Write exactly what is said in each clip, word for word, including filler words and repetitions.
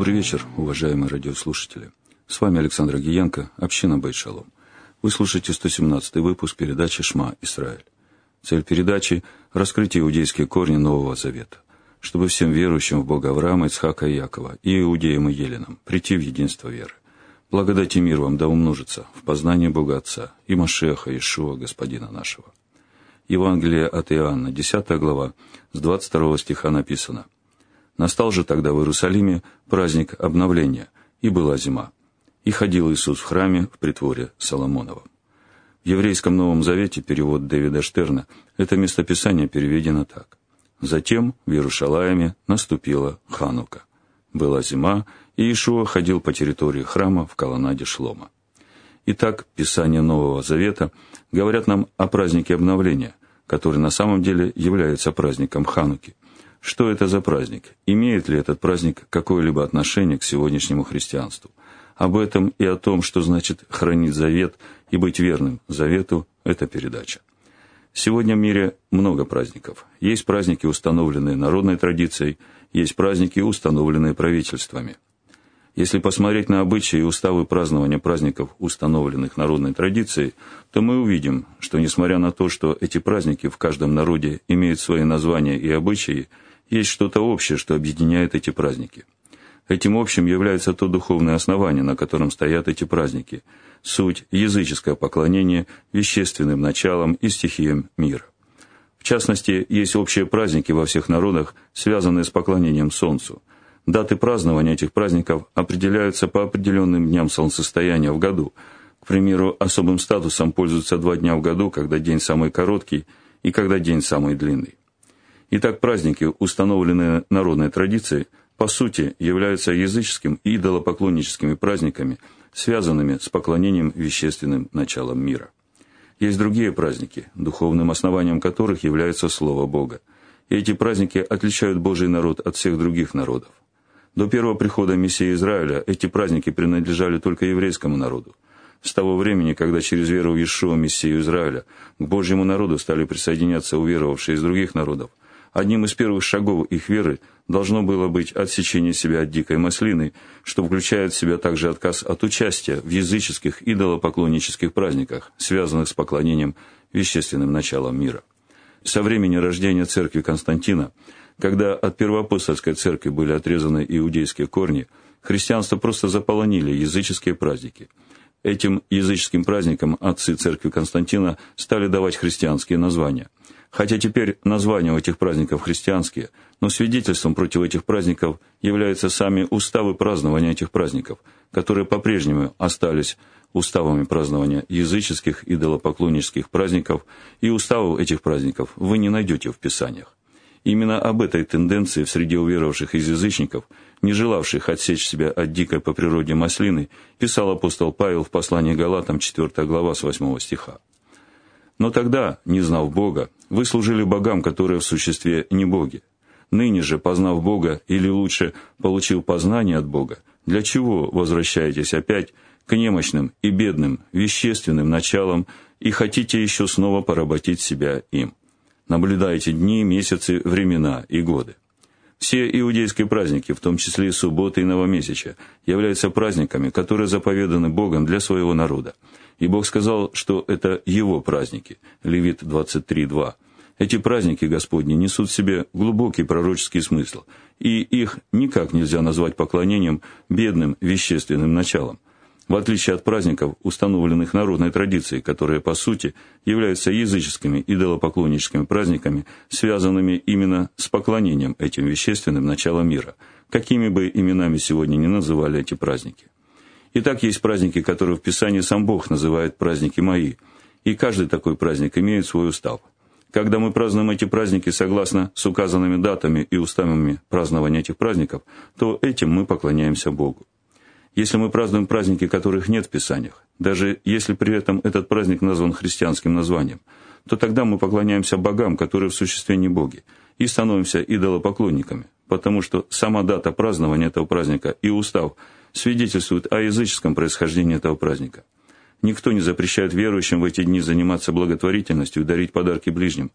Добрый вечер, уважаемые радиослушатели. С вами Александр Агиенко, община Бейт Шалом. Вы слушаете сто семнадцатый выпуск передачи «Шма Исраэль». Цель передачи – раскрыть иудейские корни Нового Завета, чтобы всем верующим в Бога Авраама, Ицхака и Якова, и иудеям и еленам прийти в единство веры. Благодать и мир вам да умножится в познании Бога Отца и Машеха Иешуа, Господина нашего. Евангелие от Иоанна, десятая глава, с двадцать второго стиха написано: «Настал же тогда в Иерусалиме праздник обновления, и была зима. И ходил Иисус в храме в притворе Соломоновом». В еврейском Новом Завете, перевод Дэвида Штерна, это местописание переведено так: «Затем в Иерушалаиме наступила Ханука. Была зима, и Иешуа ходил по территории храма в колоннаде Шлома». Итак, Писания Нового Завета говорят нам о празднике обновления, который на самом деле является праздником Хануки. Что это за праздник? Имеет ли этот праздник какое-либо отношение к сегодняшнему христианству? Об этом и о том, что значит хранить завет и быть верным завету, это передача. Сегодня в мире много праздников. Есть праздники, установленные народной традицией, есть праздники, установленные правительствами. Если посмотреть на обычаи и уставы празднования праздников, установленных народной традицией, то мы увидим, что несмотря на то, что эти праздники в каждом народе имеют свои названия и обычаи, есть что-то общее, что объединяет эти праздники. Этим общим является то духовное основание, на котором стоят эти праздники, суть – языческое поклонение вещественным началам и стихиям мира. В частности, есть общие праздники во всех народах, связанные с поклонением Солнцу. Даты празднования этих праздников определяются по определенным дням солнцестояния в году. К примеру, особым статусом пользуются два дня в году, когда день самый короткий и когда день самый длинный. Итак, праздники, установленные народной традицией, по сути, являются языческим и идолопоклонническими праздниками, связанными с поклонением вещественным началам мира. Есть другие праздники, духовным основанием которых является Слово Бога. И эти праздники отличают Божий народ от всех других народов. До первого прихода Мессии Израиля эти праздники принадлежали только еврейскому народу. С того времени, когда через веру в Иешуа, Мессию Израиля, к Божьему народу стали присоединяться уверовавшие из других народов, одним из первых шагов их веры должно было быть отсечение себя от дикой маслины, что включает в себя также отказ от участия в языческих идолопоклоннических праздниках, связанных с поклонением вещественным началам мира. Со времени рождения церкви Константина, когда от первоапостольской церкви были отрезаны иудейские корни, христианство просто заполонили языческие праздники. Этим языческим праздникам отцы церкви Константина стали давать христианские названия. Хотя теперь названия у этих праздников христианские, но свидетельством против этих праздников являются сами уставы празднования этих праздников, которые по-прежнему остались уставами празднования языческих идолопоклоннических праздников, и уставов этих праздников вы не найдете в Писаниях. Именно об этой тенденции в среде уверовавших из язычников, не желавших отсечь себя от дикой по природе маслины, писал апостол Павел в послании Галатам, четвёртая глава, с восьмого стиха. «Но тогда, не знав Бога, вы служили богам, которые в существе не боги. Ныне же, познав Бога, или лучше, получив познание от Бога, для чего возвращаетесь опять к немощным и бедным вещественным началам и хотите еще снова поработить себя им? Наблюдаете дни, месяцы, времена и годы». Все иудейские праздники, в том числе и субботы и новомесяча, являются праздниками, которые заповеданы Богом для своего народа. И Бог сказал, что это Его праздники. Левит двадцать три два. Эти праздники Господни несут в себе глубокий пророческий смысл, и их никак нельзя назвать поклонением бедным вещественным началам, в отличие от праздников, установленных народной традицией, которые, по сути, являются языческими идолопоклонническими праздниками, связанными именно с поклонением этим вещественным началам мира, какими бы именами сегодня ни называли эти праздники. Итак, есть праздники, которые в Писании сам Бог называет «праздники мои», и каждый такой праздник имеет свой устав. Когда мы празднуем эти праздники согласно с указанными датами и уставами празднования этих праздников, то этим мы поклоняемся Богу. Если мы празднуем праздники, которых нет в Писаниях, даже если при этом этот праздник назван христианским названием, то тогда мы поклоняемся богам, которые в существе не боги, и становимся идолопоклонниками, потому что сама дата празднования этого праздника и устав свидетельствуют о языческом происхождении этого праздника. Никто не запрещает верующим в эти дни заниматься благотворительностью и дарить подарки ближним.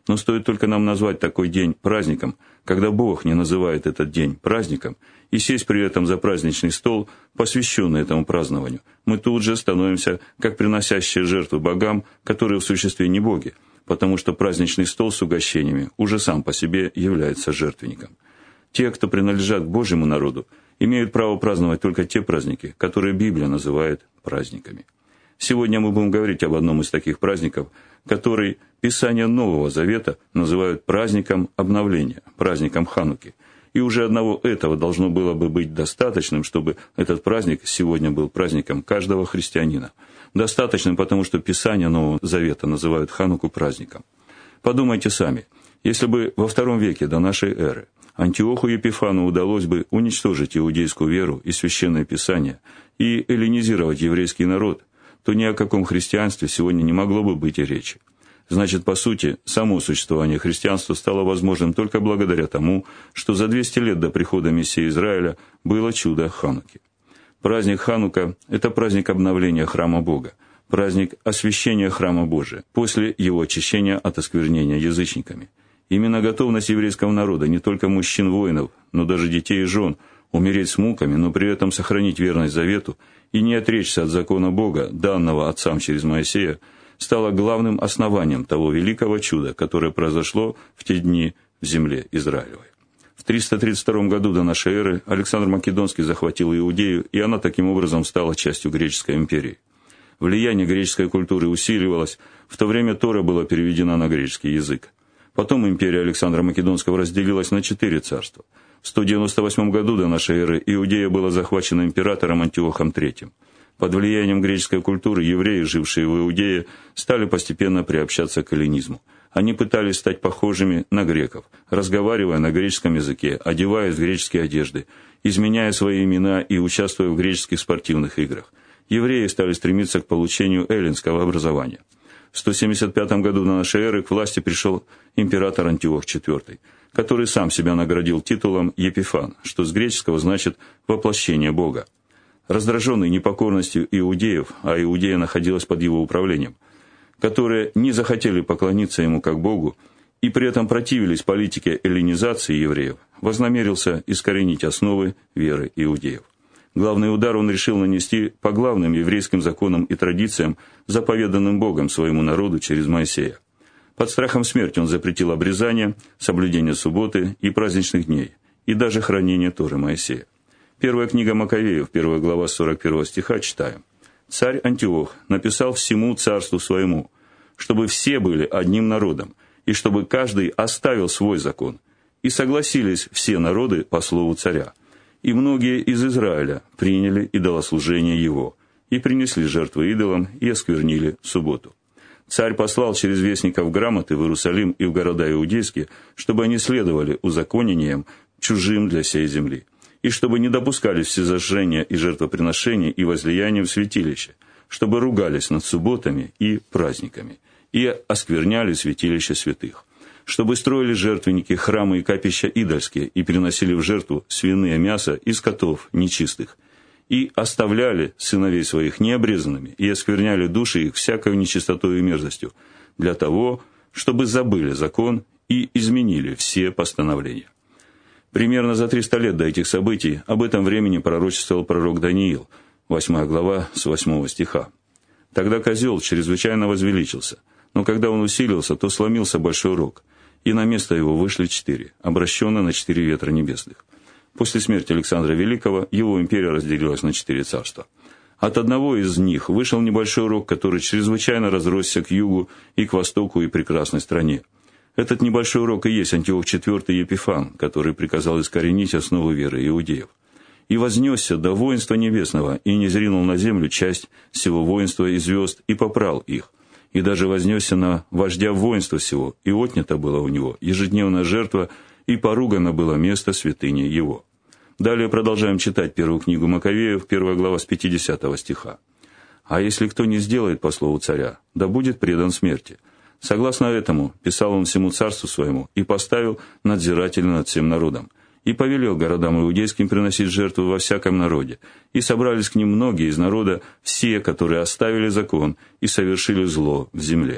Но стоит только нам назвать такой день праздником, когда Бог не называет этот день праздником, и сесть при этом за праздничный стол, посвященный этому празднованию, мы тут же становимся как приносящие жертвы богам, которые в существе не боги, потому что праздничный стол с угощениями уже сам по себе является жертвенником. Те, кто принадлежат к Божьему народу, имеют право праздновать только те праздники, которые Библия называет праздниками. Сегодня мы будем говорить об одном из таких праздников, который Писание Нового Завета называют праздником обновления, праздником Хануки. И уже одного этого должно было бы быть достаточным, чтобы этот праздник сегодня был праздником каждого христианина. Достаточным, потому что Писание Нового Завета называют Хануку праздником. Подумайте сами, если бы во втором веке до нашей эры Антиоху Епифану удалось бы уничтожить иудейскую веру и священное Писание и эллинизировать еврейский народ, то ни о каком христианстве сегодня не могло бы быть и речи. Значит, по сути, само существование христианства стало возможным только благодаря тому, что за двести лет до прихода Мессии Израиля было чудо Хануки. Праздник Ханука – это праздник обновления храма Бога, праздник освящения храма Божия после его очищения от осквернения язычниками. Именно готовность еврейского народа, не только мужчин-воинов, но даже детей и жен, умереть с муками, но при этом сохранить верность завету и не отречься от закона Бога, данного отцам через Моисея, стало главным основанием того великого чуда, которое произошло в те дни в земле Израилевой. В триста тридцать втором году до нашей эры Александр Македонский захватил Иудею, и она таким образом стала частью греческой империи. Влияние греческой культуры усиливалось, в то время Тора была переведена на греческий язык. Потом империя Александра Македонского разделилась на четыре царства. В сто девяносто восьмом году до нашей эры Иудея была захвачена императором Антиохом третьим. Под влиянием греческой культуры евреи, жившие в Иудее, стали постепенно приобщаться к эллинизму. Они пытались стать похожими на греков, разговаривая на греческом языке, одеваясь в греческие одежды, изменяя свои имена и участвуя в греческих спортивных играх. Евреи стали стремиться к получению эллинского образования. В сто семьдесят пятом году до нашей эры к власти пришел император Антиох четвёртый, который сам себя наградил титулом Епифан, что с греческого значит «воплощение Бога». Раздраженный непокорностью иудеев, а Иудея находилась под его управлением, которые не захотели поклониться ему как Богу и при этом противились политике эллинизации евреев, вознамерился искоренить основы веры иудеев. Главный удар он решил нанести по главным еврейским законам и традициям, заповеданным Богом своему народу через Моисея. Под страхом смерти он запретил обрезание, соблюдение субботы и праздничных дней, и даже хранение Торы Моисея. Первая книга Маковеев, первая глава, сорок первого стиха, читаем. «Царь Антиох написал всему царству своему, чтобы все были одним народом, и чтобы каждый оставил свой закон, и согласились все народы по слову царя. И многие из Израиля приняли идолослужение его, и принесли жертвы идолам, и осквернили субботу. Царь послал через вестников грамоты в Иерусалим и в города иудейские, чтобы они следовали узаконениям чужим для сей земли, и чтобы не допускались всезажжения и жертвоприношения и возлияния в святилище, чтобы ругались над субботами и праздниками, и оскверняли святилище святых, чтобы строили жертвенники, храмы и капища идольские, и приносили в жертву свиное мясо из скотов нечистых, и оставляли сыновей своих необрезанными, и оскверняли души их всякою нечистотою и мерзостью, для того, чтобы забыли закон и изменили все постановления». Примерно за триста лет до этих событий об этом времени пророчествовал пророк Даниил, восьмая глава, с восьмого стиха. «Тогда козел чрезвычайно возвеличился, но когда он усилился, то сломился большой рог, и на место его вышли четыре, обращенные на четыре ветра небесных. После смерти Александра Великого его империя разделилась на четыре царства. От одного из них вышел небольшой рог, который чрезвычайно разросся к югу и к востоку и прекрасной стране. Этот небольшой рог и есть Антиох четвёртый Епифан, который приказал искоренить основы веры иудеев. И вознесся до воинства небесного, и низринул на землю часть всего воинства и звезд, и попрал их. И даже вознесся на вождя воинства сего, и отнято было у него ежедневная жертва, и поругано было место святыни его». Далее продолжаем читать первую книгу Маковеев, первая глава с пятидесятого стиха. «А если кто не сделает по слову царя, да будет предан смерти. Согласно этому, писал он всему царству своему, и поставил надзирателя над всем народом, и повелел городам иудейским приносить жертвы во всяком народе, и собрались к ним многие из народа, все, которые оставили закон и совершили зло в земле.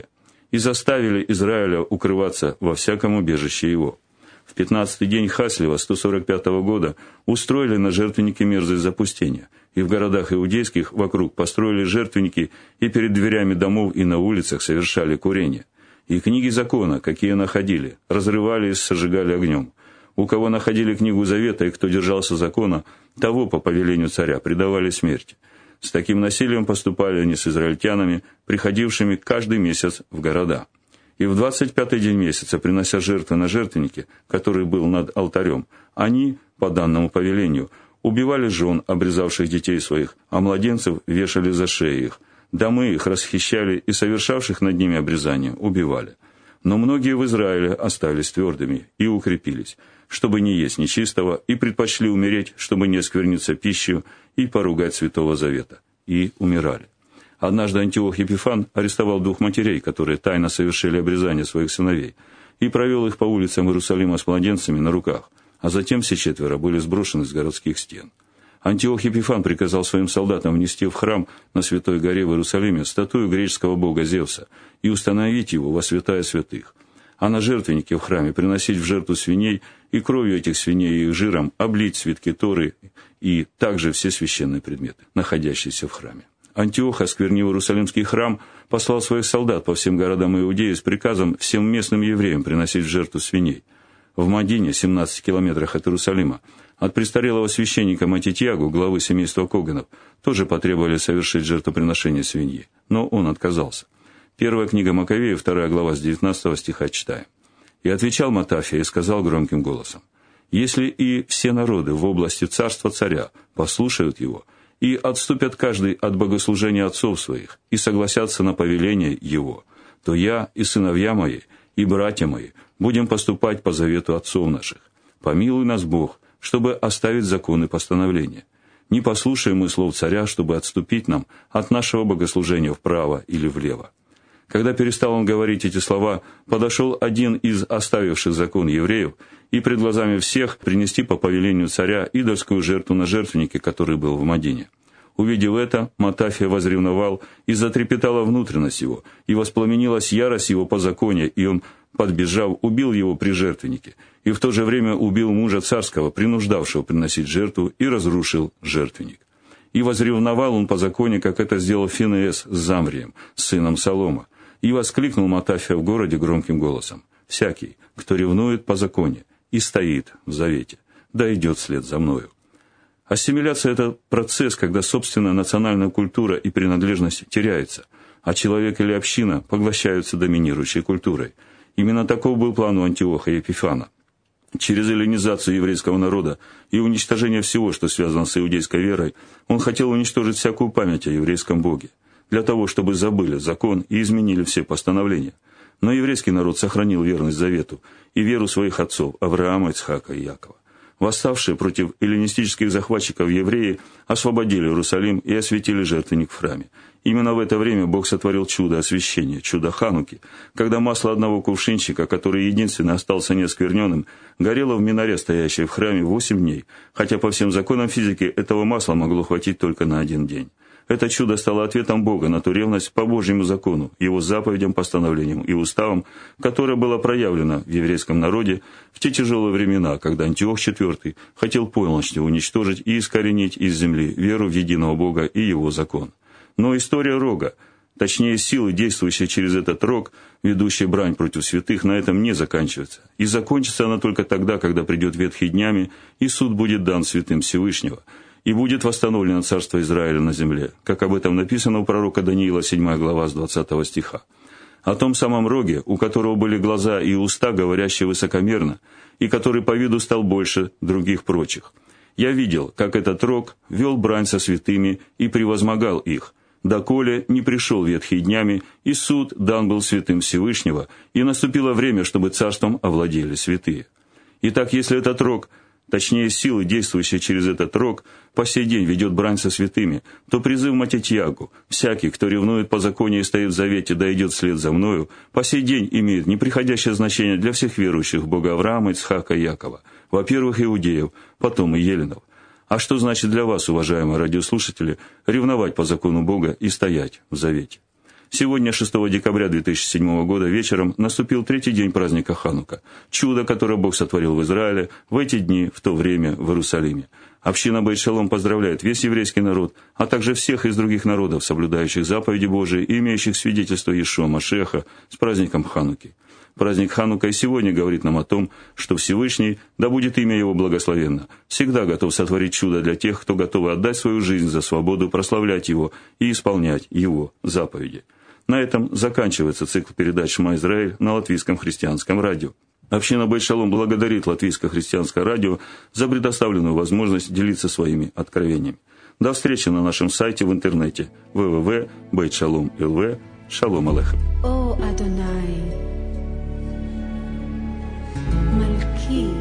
и заставили Израиля укрываться во всяком убежище его. В пятнадцатый день Хаслева сто сорок пятого года устроили на жертвеннике мерзость запустения, и в городах иудейских вокруг построили жертвенники и перед дверями домов и на улицах совершали курение. И книги закона, какие находили, разрывали и сожигали огнем. У кого находили книгу завета и кто держался закона, того по повелению царя предавали смерти. С таким насилием поступали они с израильтянами, приходившими каждый месяц в города. И в двадцать пятый день месяца, принося жертвы на жертвеннике, который был над алтарем, они, по данному повелению, убивали жен, обрезавших детей своих, а младенцев вешали за шеи их. Домы их расхищали и совершавших над ними обрезание убивали. Но многие в Израиле остались твердыми и укрепились, чтобы не есть нечистого, и предпочли умереть, чтобы не оскверниться пищей и поругать Святого Завета, и умирали. Однажды Антиох Епифан арестовал двух матерей, которые тайно совершили обрезание своих сыновей, и провел их по улицам Иерусалима с младенцами на руках, а затем все четверо были сброшены с городских стен. Антиох Епифан приказал своим солдатам внести в храм на Святой горе в Иерусалиме статую греческого бога Зевса и установить его во святая святых, а на жертвеннике в храме приносить в жертву свиней и кровью этих свиней и их жиром облить свитки Торы и также все священные предметы, находящиеся в храме. Антиох, осквернив Иерусалимский храм, послал своих солдат по всем городам Иудеи с приказом всем местным евреям приносить в жертву свиней. В Мадине, семнадцати километрах от Иерусалима, от престарелого священника Матитьягу, главы семейства Коганов, тоже потребовали совершить жертвоприношение свиньи, но он отказался. Первая книга Маковея, вторая глава с девятнадцатого стиха читаем. «И отвечал Матафия и сказал громким голосом: если и все народы в области царства царя послушают его и отступят каждый от богослужения отцов своих и согласятся на повеление его, то я и сыновья мои, и братья мои будем поступать по завету отцов наших. Помилуй нас, Бог, чтобы оставить законы постановления. Не послушаем мы слов царя, чтобы отступить нам от нашего богослужения вправо или влево». Когда перестал он говорить эти слова, подошел один из оставивших закон евреев и пред глазами всех принести по повелению царя идольскую жертву на жертвеннике, который был в Мадине. Увидев это, Матафия возревновал, и затрепетала внутренность его, и воспламенилась ярость его по законе, и он, подбежав, убил его при жертвеннике, и в то же время убил мужа царского, принуждавшего приносить жертву, и разрушил жертвенник. И возревновал он по законе, как это сделал Финеас с Замрием, сыном Салома. И воскликнул Матафия в городе громким голосом: «Всякий, кто ревнует по законе и стоит в завете, да идет вслед за мною». Ассимиляция – это процесс, когда собственная национальная культура и принадлежность теряется, а человек или община поглощаются доминирующей культурой. Именно таков был план у Антиоха Епифана. Через эллинизацию еврейского народа и уничтожение всего, что связано с иудейской верой, он хотел уничтожить всякую память о еврейском Боге, для того, чтобы забыли закон и изменили все постановления. Но еврейский народ сохранил верность завету и веру своих отцов Авраама, Ицхака и Якова. Восставшие против эллинистических захватчиков евреи освободили Иерусалим и осветили жертвенник в храме. Именно в это время Бог сотворил чудо освящения, чудо Хануки, когда масло одного кувшинчика, который единственно остался неоскверненным, горело в миноре, стоящей в храме, восемь дней, хотя по всем законам физики этого масла могло хватить только на один день. Это чудо стало ответом Бога на ту ревность по Божьему закону, Его заповедям, постановлениям и уставам, которое было проявлено в еврейском народе в те тяжелые времена, когда Антиох четвёртый хотел полностью уничтожить и искоренить из земли веру в единого Бога и Его закон. Но история рога, точнее силы, действующие через этот рог, ведущие брань против святых, на этом не заканчивается. И закончится она только тогда, когда придет ветхий днями, и суд будет дан святым Всевышнего, и будет восстановлено царство Израиля на земле, как об этом написано у пророка Даниила, седьмая глава, с двадцатого стиха. О том самом роге, у которого были глаза и уста, говорящие высокомерно, и который по виду стал больше других прочих. Я видел, как этот рог вел брань со святыми и превозмогал их, доколе не пришел ветхий днями, и суд дан был святым Всевышнего, и наступило время, чтобы царством овладели святые. Итак, если этот рог, точнее силы, действующие через этот рог, по сей день ведет брань со святыми, то призыв Матитьягу: «Всякий, кто ревнует по законе и стоит в завете, да идет вслед за мною», по сей день имеет неприходящее значение для всех верующих в Бога Авраама, Ицхака и Якова, во-первых, иудеев, потом и еленов. А что значит для вас, уважаемые радиослушатели, ревновать по закону Бога и стоять в завете? Сегодня, шестого декабря две тысячи седьмого года, вечером наступил третий день праздника Ханука. Чудо, которое Бог сотворил в Израиле в эти дни, в то время в Иерусалиме. Община Бейт Шалом поздравляет весь еврейский народ, а также всех из других народов, соблюдающих заповеди Божии и имеющих свидетельство Иешуа Машеха, с праздником Хануки. Праздник Ханука и сегодня говорит нам о том, что Всевышний, да будет имя Его благословенно, всегда готов сотворить чудо для тех, кто готов отдать свою жизнь за свободу, прославлять Его и исполнять Его заповеди. На этом заканчивается цикл передач «Шма Израиль» на Латвийском христианском радио. Община Бейт Шалом благодарит Латвийское христианское радио за предоставленную возможность делиться своими откровениями. До встречи на нашем сайте в интернете дабл ю дабл ю дабл ю точка бейт шалом точка эл ви. Шалом алейхем. О Адонай, Малки.